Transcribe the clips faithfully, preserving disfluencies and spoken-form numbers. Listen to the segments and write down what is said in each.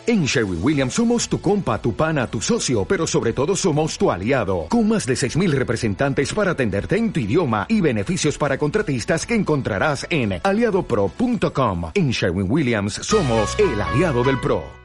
En Sherwin-Williams somos tu compa, tu pana, tu socio, pero sobre todo somos tu aliado, con más de seis mil representantes para atenderte en tu idioma y beneficios para contratistas que encontrarás en aliado pro punto com. En Sherwin-Williams somos el aliado del pro.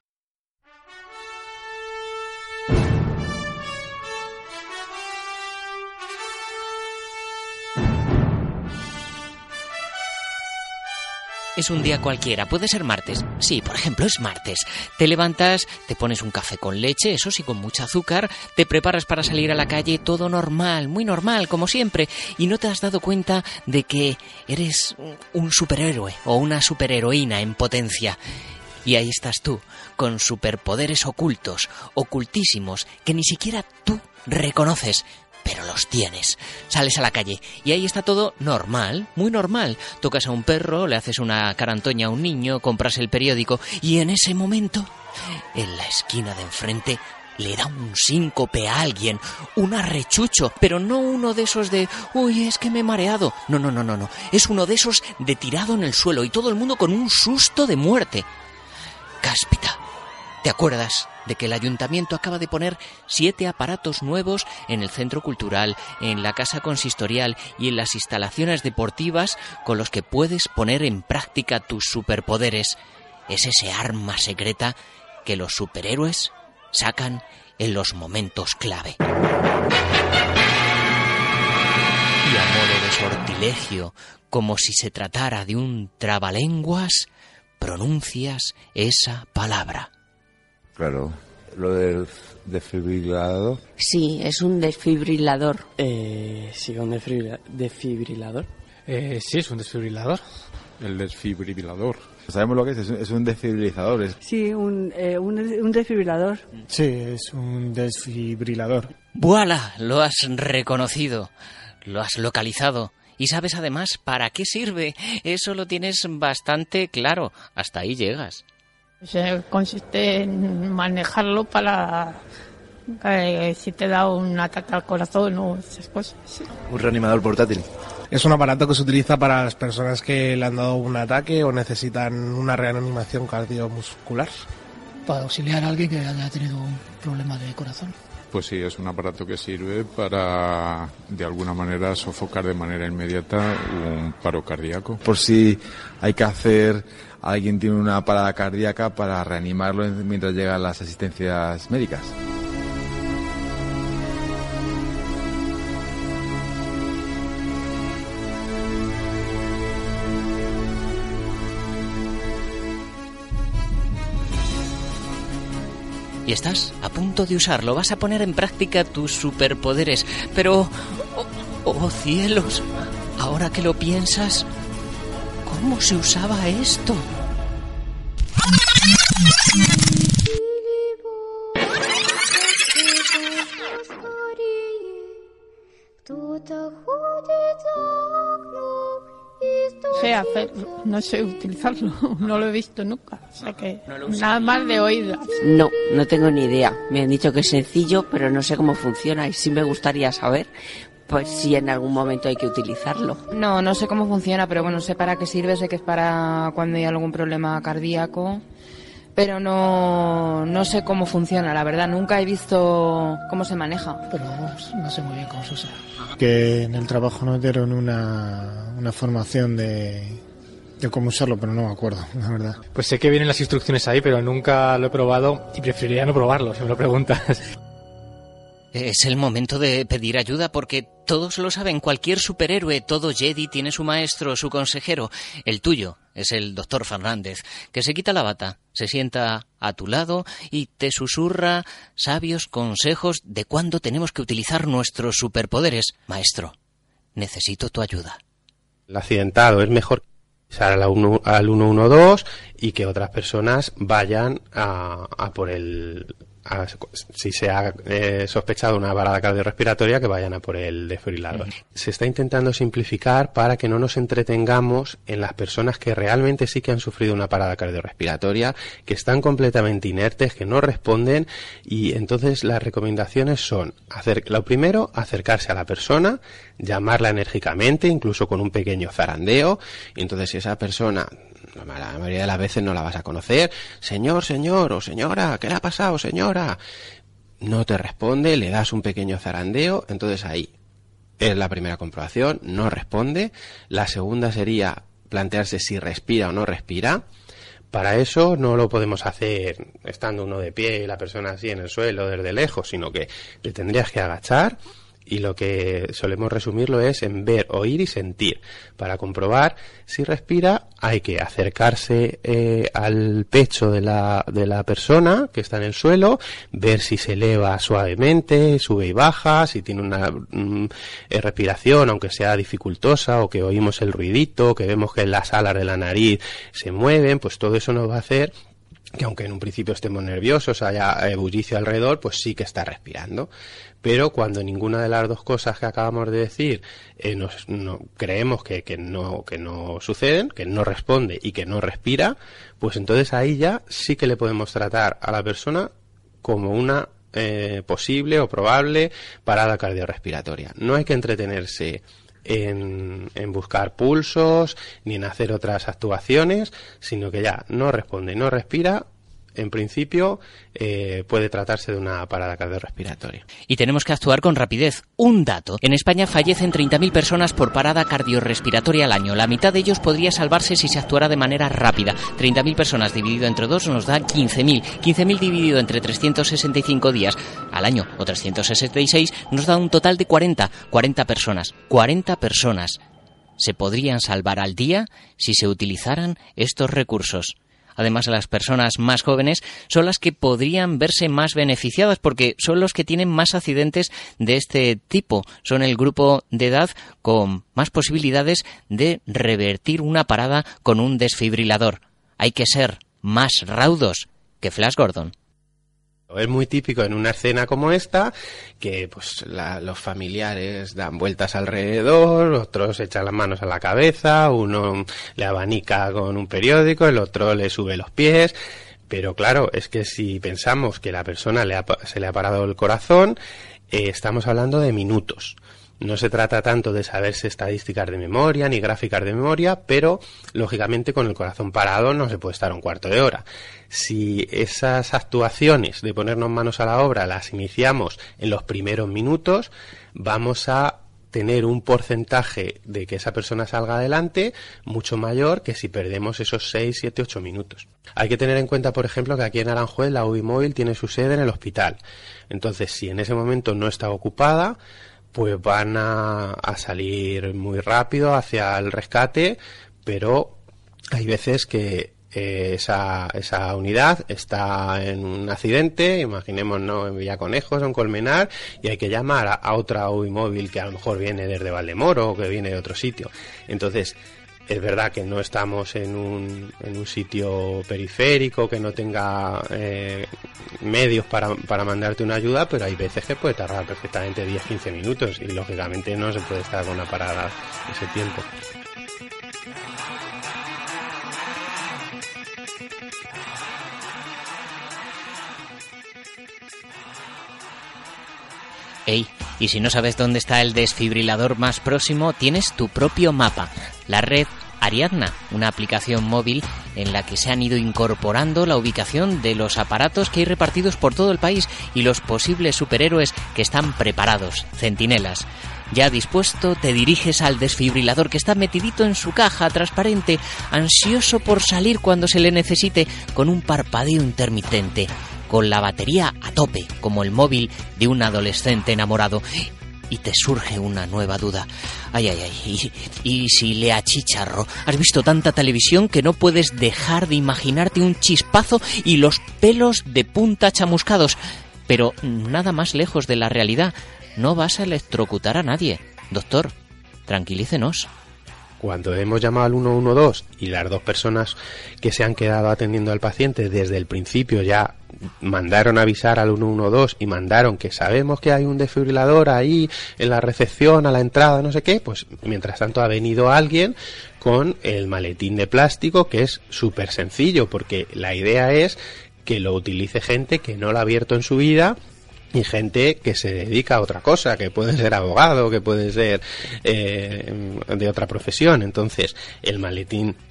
Es un día cualquiera, puede ser martes. Sí, por ejemplo, es martes. Te levantas, te pones un café con leche, eso sí, con mucho azúcar, te preparas para salir a la calle, todo normal, muy normal, como siempre, y no te has dado cuenta de que eres un superhéroe o una superheroína en potencia. Y ahí estás tú, con superpoderes ocultos, ocultísimos, que ni siquiera tú reconoces. Pero los tienes. Sales a la calle y ahí está todo normal, muy normal. Tocas a un perro, le haces una carantoña a un niño, compras el periódico y en ese momento, en la esquina de enfrente, le da un síncope a alguien, un arrechucho, pero no uno de esos de uy, es que me he mareado. No, no, no, no, no. Es uno de esos de tirado en el suelo y todo el mundo con un susto de muerte. Cáspita, ¿te acuerdas de que el ayuntamiento acaba de poner siete aparatos nuevos en el centro cultural, en la casa consistorial y en las instalaciones deportivas con los que puedes poner en práctica tus superpoderes? Es ese arma secreta que los superhéroes sacan en los momentos clave. Y a modo de sortilegio, como si se tratara de un trabalenguas, pronuncias esa palabra. Claro, lo del desfibrilador. Sí, es un desfibrilador. Eh, sí, un desfibrila- desfibrilador. Eh, sí, es un desfibrilador. El desfibrilador. ¿Sabemos lo que es? Es un, es un desfibrilador. Es... Sí, un, eh, un, un desfibrilador. Sí, es un desfibrilador. ¡Vuala! Lo has reconocido, lo has localizado. Y sabes además para qué sirve. Eso lo tienes bastante claro. Hasta ahí llegas. Se consiste en manejarlo para eh, si te da un ataque al corazón o esas cosas. Un reanimador portátil. Es un aparato que se utiliza para las personas que le han dado un ataque o necesitan una reanimación cardiomuscular. Para auxiliar a alguien que haya tenido un problema de corazón. Pues sí, es un aparato que sirve para, de alguna manera, sofocar de manera inmediata un paro cardíaco. Por si hay que hacer, alguien tiene una parada cardíaca para reanimarlo mientras llegan las asistencias médicas. Y estás a punto de usarlo, vas a poner en práctica tus superpoderes. Pero, oh, oh cielos, ahora que lo piensas, ¿cómo se usaba esto? Sé hacerlo, no sé utilizarlo, no lo he visto nunca, o sea que nada más de oídas. No, no tengo ni idea. Me han dicho que es sencillo, pero no sé cómo funciona y sí me gustaría saber, pues si en algún momento hay que utilizarlo. No, no sé cómo funciona, pero bueno, sé para qué sirve, sé que es para cuando hay algún problema cardíaco, pero no, no sé cómo funciona, la verdad, nunca he visto cómo se maneja. Pero no sé muy bien cómo se usa. Que en el trabajo nos dieron una, una formación de, de cómo usarlo, pero no me acuerdo, la verdad. Pues sé que vienen las instrucciones ahí, pero nunca lo he probado y preferiría no probarlo, si me lo preguntas. Es el momento de pedir ayuda porque todos lo saben, cualquier superhéroe, todo Jedi tiene su maestro, su consejero. El tuyo es el doctor Fernández, que se quita la bata, se sienta a tu lado y te susurra sabios consejos de cuándo tenemos que utilizar nuestros superpoderes. Maestro, necesito tu ayuda. El accidentado es mejor usar al uno uno dos y que otras personas vayan a, a por el... A, si se ha eh, sospechado una parada cardiorrespiratoria, que vayan a por el desfibrilador. Uh-huh. Se está intentando simplificar para que no nos entretengamos en las personas que realmente sí que han sufrido una parada cardiorrespiratoria, que están completamente inertes, que no responden, y entonces las recomendaciones son hacer, lo primero, acercarse a la persona, llamarla enérgicamente, incluso con un pequeño zarandeo, y entonces si esa persona la mayoría de las veces no la vas a conocer. Señor, señor, o señora, ¿qué le ha pasado, señora? No te responde, le das un pequeño zarandeo, entonces ahí es la primera comprobación, no responde. La segunda sería plantearse si respira o no respira. Para eso no lo podemos hacer estando uno de pie y la persona así en el suelo desde lejos, sino que te tendrías que agachar, y lo que solemos resumirlo es en ver, oír y sentir. Para comprobar si respira hay que acercarse eh, al pecho de la, de la persona que está en el suelo, ver si se eleva suavemente, sube y baja, si tiene una mm, eh, respiración, aunque sea dificultosa, o que oímos el ruidito, que vemos que las alas de la nariz se mueven, pues todo eso nos va a hacer que, aunque en un principio estemos nerviosos, haya bullicio alrededor, pues sí que está respirando. Pero cuando ninguna de las dos cosas que acabamos de decir eh, nos, no, creemos que, que, no, que no suceden, que no responde y que no respira, pues entonces ahí ya sí que le podemos tratar a la persona como una eh, posible o probable parada cardiorrespiratoria. No hay que entretenerse En, en buscar pulsos ni en hacer otras actuaciones, sino que ya no responde, no respira. En principio eh, puede tratarse de una parada cardiorrespiratoria. Y tenemos que actuar con rapidez. Un dato: en España fallecen treinta mil personas por parada cardiorrespiratoria al año. La mitad de ellos podría salvarse si se actuara de manera rápida. treinta mil personas dividido entre dos nos da quince mil. quince mil dividido entre trescientos sesenta y cinco días al año, o trescientos sesenta y seis, nos da un total de cuarenta. cuarenta personas. cuarenta personas se podrían salvar al día si se utilizaran estos recursos. Además, las personas más jóvenes son las que podrían verse más beneficiadas, porque son los que tienen más accidentes de este tipo. Son el grupo de edad con más posibilidades de revertir una parada con un desfibrilador. Hay que ser más raudos que Flash Gordon. Es muy típico en una escena como esta que pues la, los familiares dan vueltas alrededor, otros echan las manos a la cabeza, uno le abanica con un periódico, el otro le sube los pies. Pero claro, es que si pensamos que la persona le ha, se le ha parado el corazón, eh, estamos hablando de minutos. No se trata tanto de saberse estadísticas de memoria ni gráficas de memoria, pero lógicamente con el corazón parado no se puede estar un cuarto de hora. Si esas actuaciones de ponernos manos a la obra las iniciamos en los primeros minutos, vamos a tener un porcentaje de que esa persona salga adelante mucho mayor que si perdemos esos seis, siete, ocho minutos. Hay que tener en cuenta, por ejemplo, que aquí en Aranjuez la U B I móvil tiene su sede en el hospital. Entonces, si en ese momento no está ocupada, pues van a, a salir muy rápido hacia el rescate, pero hay veces que eh, esa, esa unidad está en un accidente, imaginemos, ¿no?, en Villaconejos o en Colmenar, y hay que llamar a, a otra U B I móvil que a lo mejor viene desde Valdemoro o que viene de otro sitio. Entonces, es verdad que no estamos en un, en un sitio periférico que no tenga eh, medios para, para mandarte una ayuda, pero hay veces que puede tardar perfectamente diez a quince minutos y lógicamente no se puede estar con una parada ese tiempo. Ey, y si no sabes dónde está el desfibrilador más próximo, tienes tu propio mapa. La red Ariadna, una aplicación móvil en la que se han ido incorporando la ubicación de los aparatos que hay repartidos por todo el país y los posibles superhéroes que están preparados, centinelas. Ya dispuesto, te diriges al desfibrilador que está metidito en su caja transparente, ansioso por salir cuando se le necesite, con un parpadeo intermitente, con la batería a tope, como el móvil de un adolescente enamorado. Y te surge una nueva duda. Ay, ay, ay. ¿Y, y si le achicharro? Has visto tanta televisión que no puedes dejar de imaginarte un chispazo y los pelos de punta chamuscados. Pero nada más lejos de la realidad. No vas a electrocutar a nadie. Doctor, tranquilícenos. Cuando hemos llamado al uno uno dos y las dos personas que se han quedado atendiendo al paciente desde el principio ya mandaron avisar al uno uno dos y mandaron que sabemos que hay un desfibrilador ahí en la recepción, a la entrada, no sé qué, pues mientras tanto ha venido alguien con el maletín de plástico, que es súper sencillo, porque la idea es que lo utilice gente que no lo ha abierto en su vida y gente que se dedica a otra cosa, que puede ser abogado, que puede ser eh, de otra profesión. Entonces el maletín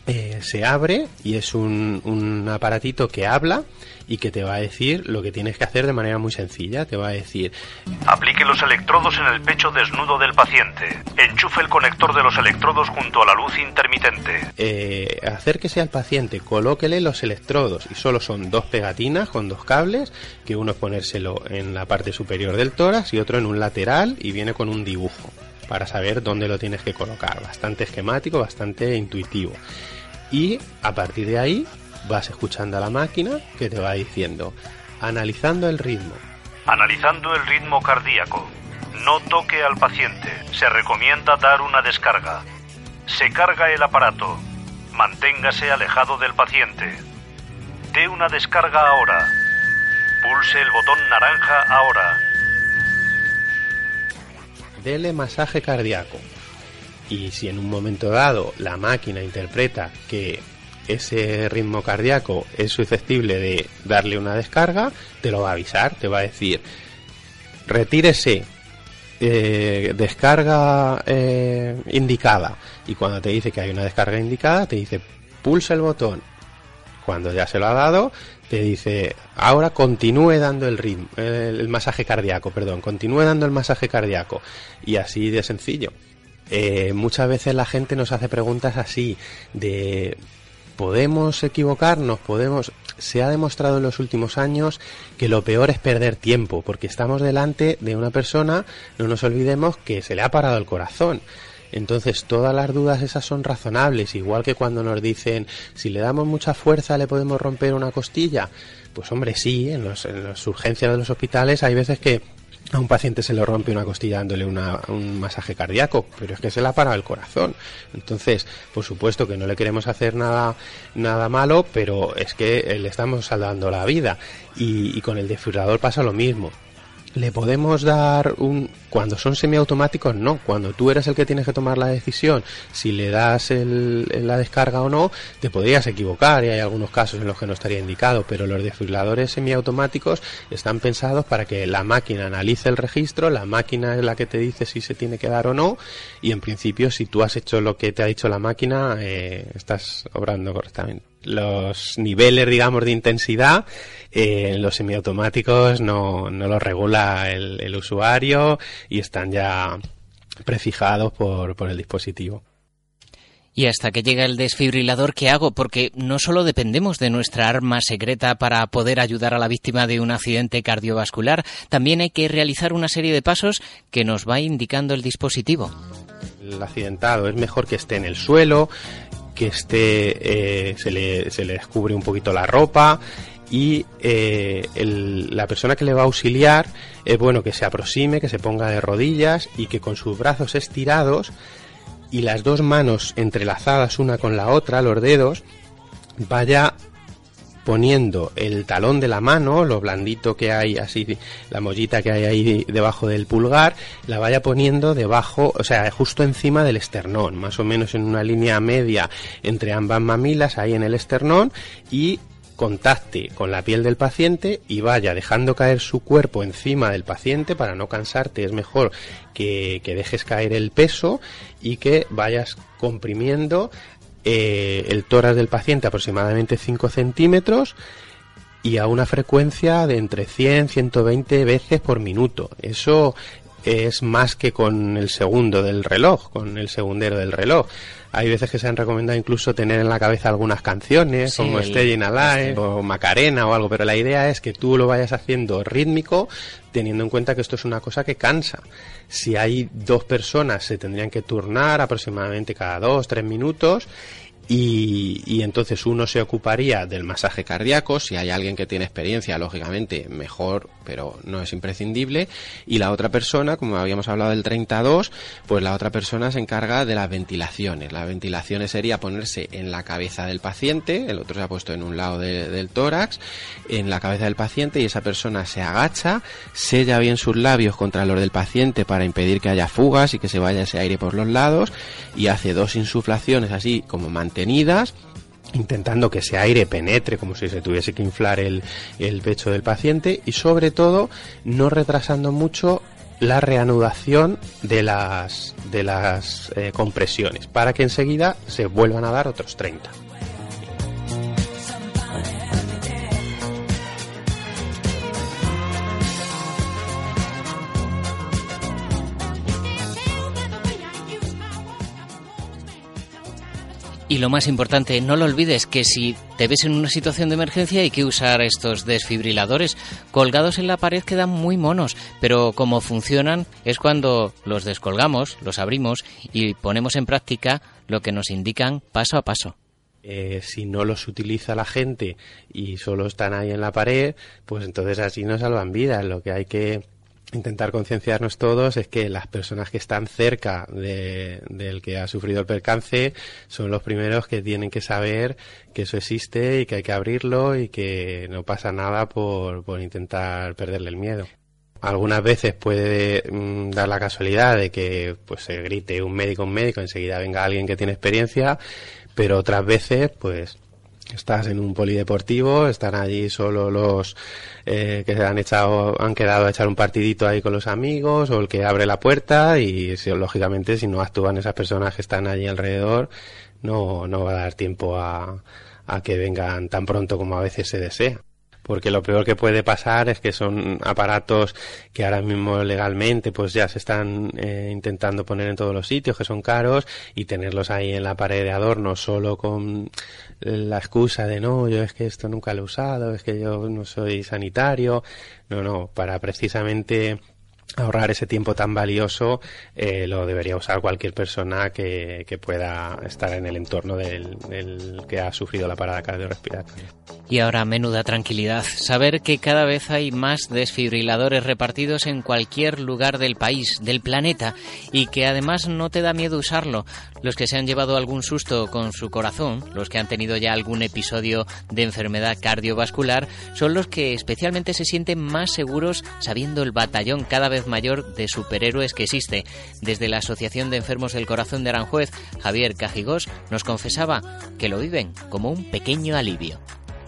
eh, se abre y es un, un aparatito que habla y que te va a decir lo que tienes que hacer de manera muy sencilla. Te va a decir: aplique los electrodos en el pecho desnudo del paciente. Enchufe el conector de los electrodos junto a la luz intermitente. Eh, acérquese al paciente, colóquele los electrodos, y solo son dos pegatinas con dos cables, que uno es ponérselo en la parte superior del tórax y otro en un lateral, y viene con un dibujo para saber dónde lo tienes que colocar. Bastante esquemático, bastante intuitivo. Y a partir de ahí vas escuchando a la máquina que te va diciendo: analizando el ritmo. Analizando el ritmo cardíaco. No toque al paciente. Se recomienda dar una descarga. Se carga el aparato. Manténgase alejado del paciente. Dé una descarga ahora. Pulse el botón naranja ahora. Dele masaje cardíaco. Y si en un momento dado la máquina interpreta que ese ritmo cardíaco es susceptible de darle una descarga, te lo va a avisar, te va a decir: retírese, eh, descarga eh, indicada. Y cuando te dice que hay una descarga indicada, te dice: pulsa el botón. Cuando ya se lo ha dado, te dice: ahora continúe dando el ritmo, el, el masaje cardíaco, perdón, continúe dando el masaje cardíaco. Y así de sencillo. Eh, muchas veces la gente nos hace preguntas así de: ¿podemos equivocarnos? ¿Podemos? Se ha demostrado en los últimos años que lo peor es perder tiempo, porque estamos delante de una persona, no nos olvidemos, que se le ha parado el corazón. Entonces todas las dudas esas son razonables, igual que cuando nos dicen: si le damos mucha fuerza le podemos romper una costilla. Pues hombre, sí, en, los, en las urgencias de los hospitales hay veces que a un paciente se le rompe una costilla dándole una, un masaje cardíaco, pero es que se le ha parado el corazón. Entonces, por supuesto que no le queremos hacer nada nada malo, pero es que le estamos salvando la vida. Y, y con el desfibrilador pasa lo mismo. Le podemos dar un... Cuando son semiautomáticos, no. Cuando tú eres el que tienes que tomar la decisión, si le das el, la descarga o no, te podrías equivocar, y hay algunos casos en los que no estaría indicado, pero los desfibriladores semiautomáticos están pensados para que la máquina analice el registro, la máquina es la que te dice si se tiene que dar o no, y en principio, si tú has hecho lo que te ha dicho la máquina, eh, estás obrando correctamente. Los niveles, digamos, de intensidad eh, en los semiautomáticos no, no los regula el, el usuario y están ya prefijados por, por el dispositivo. Y hasta que llega el desfibrilador, ¿qué hago? Porque no solo dependemos de nuestra arma secreta para poder ayudar a la víctima de un accidente cardiovascular, también hay que realizar una serie de pasos que nos va indicando el dispositivo. El accidentado es mejor que esté en el suelo, que esté, eh, se le, se le descubre un poquito la ropa, y eh, el, la persona que le va a auxiliar es bueno que se aproxime, que se ponga de rodillas y que con sus brazos estirados y las dos manos entrelazadas una con la otra, los dedos, vaya poniendo el talón de la mano, lo blandito que hay, así, la mollita que hay ahí debajo del pulgar, la vaya poniendo debajo, o sea, justo encima del esternón, más o menos en una línea media entre ambas mamilas, ahí en el esternón, y contacte con la piel del paciente y vaya dejando caer su cuerpo encima del paciente. Para no cansarte es mejor que, que dejes caer el peso y que vayas comprimiendo Eh, el tórax del paciente aproximadamente cinco centímetros y a una frecuencia de entre cien a ciento veinte veces por minuto. Eso es más que con el segundo del reloj, con el segundero del reloj. Hay veces que se han recomendado incluso tener en la cabeza algunas canciones, sí, como Staying Alive este. o Macarena o algo, pero la idea es que tú lo vayas haciendo rítmico, teniendo en cuenta que esto es una cosa que cansa. Si hay dos personas se tendrían que turnar aproximadamente cada dos, tres minutos. Y, y entonces uno se ocuparía del masaje cardíaco, si hay alguien que tiene experiencia, lógicamente mejor, pero no es imprescindible, y la otra persona, como habíamos hablado del treinta a dos, pues la otra persona se encarga de las ventilaciones. Las ventilaciones sería ponerse en la cabeza del paciente, el otro se ha puesto en un lado de, del tórax, en la cabeza del paciente, y esa persona se agacha, sella bien sus labios contra los del paciente para impedir que haya fugas y que se vaya ese aire por los lados, y hace dos insuflaciones así como mantenidas, intentando que ese aire penetre como si se tuviese que inflar el, el pecho del paciente, y sobre todo no retrasando mucho la reanudación de las, de las eh, compresiones, para que enseguida se vuelvan a dar otros treinta. Y lo más importante, no lo olvides, que si te ves en una situación de emergencia hay que usar estos desfibriladores. Colgados en la pared quedan muy monos, pero como funcionan es cuando los descolgamos, los abrimos y ponemos en práctica lo que nos indican paso a paso. Eh, si no los utiliza la gente y solo están ahí en la pared, pues entonces así no salvan vidas. Lo que hay que intentar concienciarnos todos es que las personas que están cerca de, del que ha sufrido el percance son los primeros que tienen que saber que eso existe y que hay que abrirlo y que no pasa nada por, por intentar perderle el miedo. Algunas veces puede mm, dar la casualidad de que pues se grite un médico, un médico, enseguida venga alguien que tiene experiencia, pero otras veces pues estás en un polideportivo, están allí solo los eh, que se han echado, han quedado a echar un partidito ahí con los amigos, o el que abre la puerta, y si, lógicamente si no actúan esas personas que están allí alrededor, no, no va a dar tiempo a, a que vengan tan pronto como a veces se desea. Porque lo peor que puede pasar es que son aparatos que ahora mismo legalmente pues ya se están eh, intentando poner en todos los sitios, que son caros, y tenerlos ahí en la pared de adorno solo con la excusa de no, yo es que esto nunca lo he usado, es que yo no soy sanitario. No, no, para precisamente ahorrar ese tiempo tan valioso eh, lo debería usar cualquier persona que, que pueda estar en el entorno del, del que ha sufrido la parada cardiorrespiratoria. Y ahora, menuda tranquilidad, saber que cada vez hay más desfibriladores repartidos en cualquier lugar del país, del planeta, y que además no te da miedo usarlo. Los que se han llevado algún susto con su corazón, los que han tenido ya algún episodio de enfermedad cardiovascular, son los que especialmente se sienten más seguros sabiendo el batallón cada vez mayor de superhéroes que existe. Desde la Asociación de Enfermos del Corazón de Aranjuez, Javier Cajigós nos confesaba que lo viven como un pequeño alivio.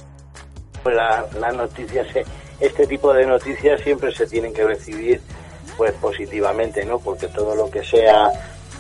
La, las noticias, este tipo de noticias siempre se tienen que recibir pues positivamente, ¿no? Porque todo lo que sea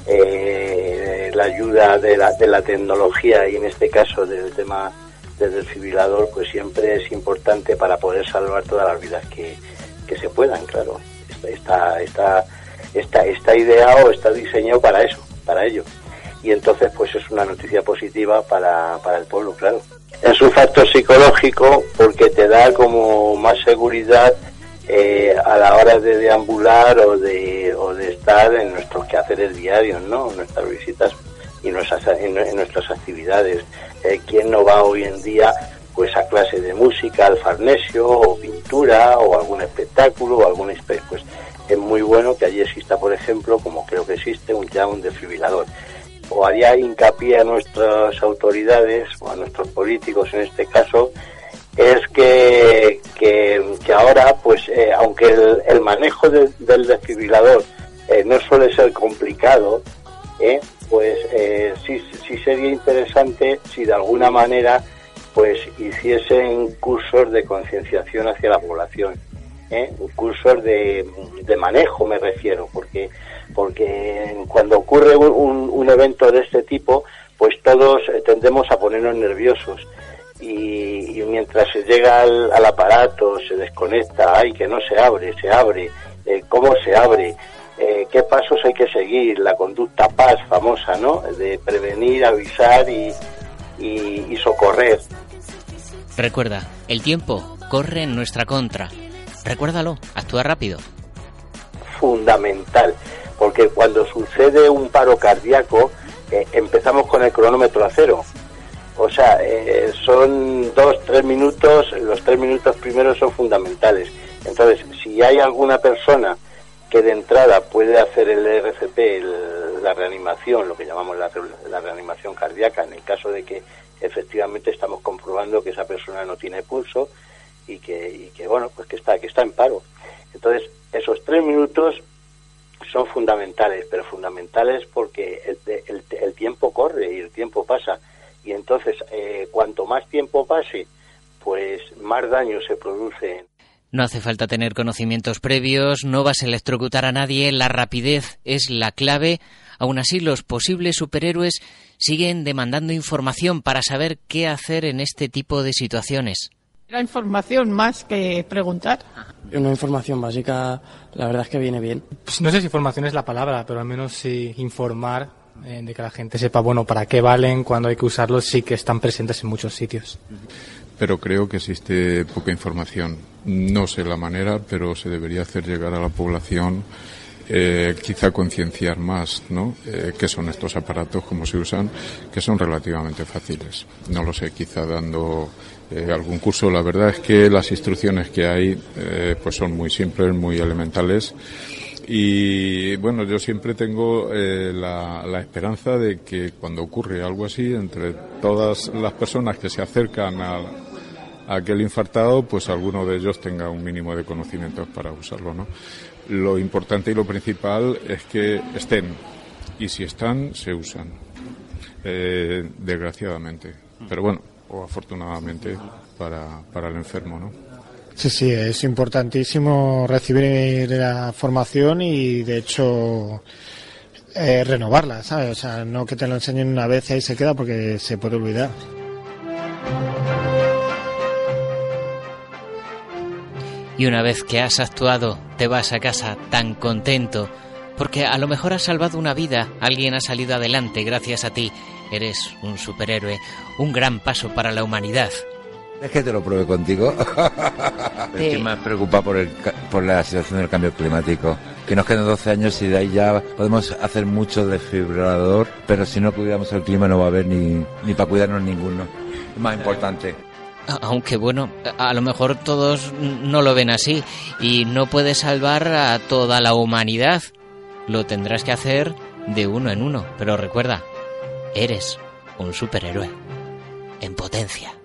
eh, la ayuda de la, de la tecnología, y en este caso del tema del desfibrilador, pues siempre es importante para poder salvar todas las vidas que, que se puedan, claro. Está, está, está, está ideado, está diseñado para eso, para ello. Y entonces pues es una noticia positiva para, para el pueblo, claro. Es un factor psicológico porque te da como más seguridad eh, a la hora de deambular o de, o de estar en nuestros quehaceres diarios, ¿no? En nuestras visitas y nuestras, en, en nuestras actividades. Eh, ¿Quién no va hoy en día pues a clase de música, al farnesio o pintura o algún espectáculo o algún espe- pues es muy bueno que allí exista, por ejemplo, como creo que existe, un ya un desfibrilador. O haría hincapié a nuestras autoridades o a nuestros políticos en este caso, es que que, que ahora pues eh, aunque el, el manejo de, del desfibrilador eh, no suele ser complicado, eh, pues eh, sí, sí sería interesante si de alguna manera pues hiciesen cursos de concienciación hacia la población, ¿eh? cursos de, de manejo me refiero, porque porque cuando ocurre un, un, un evento de este tipo, pues todos tendemos a ponernos nerviosos y, y mientras se llega al, al aparato, se desconecta, ay, que no se abre, se abre, eh, cómo se abre, eh, qué pasos hay que seguir, la conducta P A S famosa, ¿no?, de prevenir, avisar y, y, y socorrer. Recuerda, el tiempo corre en nuestra contra. Recuérdalo, actúa rápido. Fundamental, porque cuando sucede un paro cardíaco eh, empezamos con el cronómetro a cero. O sea, eh, son dos, tres minutos, los tres minutos primeros son fundamentales. Entonces, si hay alguna persona que de entrada puede hacer el R C P, el, la reanimación, lo que llamamos la, la reanimación cardíaca, en el caso de que efectivamente estamos comprobando que esa persona no tiene pulso y que, y que bueno, pues que está, que está en paro. Entonces, esos tres minutos son fundamentales, pero fundamentales porque el, el, el tiempo corre y el tiempo pasa. Y entonces, eh, cuanto más tiempo pase, pues más daño se produce. No hace falta tener conocimientos previos, no vas a electrocutar a nadie, la rapidez es la clave. Aún así, los posibles superhéroes siguen demandando información para saber qué hacer en este tipo de situaciones. La información más que preguntar. Una información básica, la verdad es que viene bien. Pues no sé si información es la palabra, pero al menos sí informar eh, de que la gente sepa, bueno, para qué valen, cuándo hay que usarlos, sí que están presentes en muchos sitios. Pero creo que existe poca información. No sé la manera, pero se debería hacer llegar a la población, eh, quizá concienciar más, ¿no? Eh, qué son estos aparatos, cómo se usan, que son relativamente fáciles. No lo sé, quizá dando eh, algún curso. La verdad es que las instrucciones que hay, eh, pues son muy simples, muy elementales. Y bueno, yo siempre tengo eh, la, la esperanza de que cuando ocurre algo así, entre todas las personas que se acercan a, a aquel infartado, pues alguno de ellos tenga un mínimo de conocimientos para usarlo, ¿no? Lo importante y lo principal es que estén, y si están, se usan, eh, desgraciadamente, pero bueno, o afortunadamente para, para el enfermo, ¿no? Sí, sí, es importantísimo recibir la formación y, de hecho, eh, renovarla, ¿sabes? O sea, no que te lo enseñen una vez y ahí se queda porque se puede olvidar. Y una vez que has actuado, te vas a casa tan contento, porque a lo mejor has salvado una vida, alguien ha salido adelante gracias a ti. Eres un superhéroe, un gran paso para la humanidad. ¿Es que te lo pruebe contigo? Sí. Estoy más preocupado por, el, por la situación del cambio climático. Que nos quedan doce años y de ahí ya podemos hacer mucho desfibrilador, pero si no cuidamos el clima no va a haber ni, ni para cuidarnos ninguno. Es más importante. Aunque bueno, a lo mejor todos no lo ven así y no puedes salvar a toda la humanidad. Lo tendrás que hacer de uno en uno, pero recuerda, eres un superhéroe en potencia.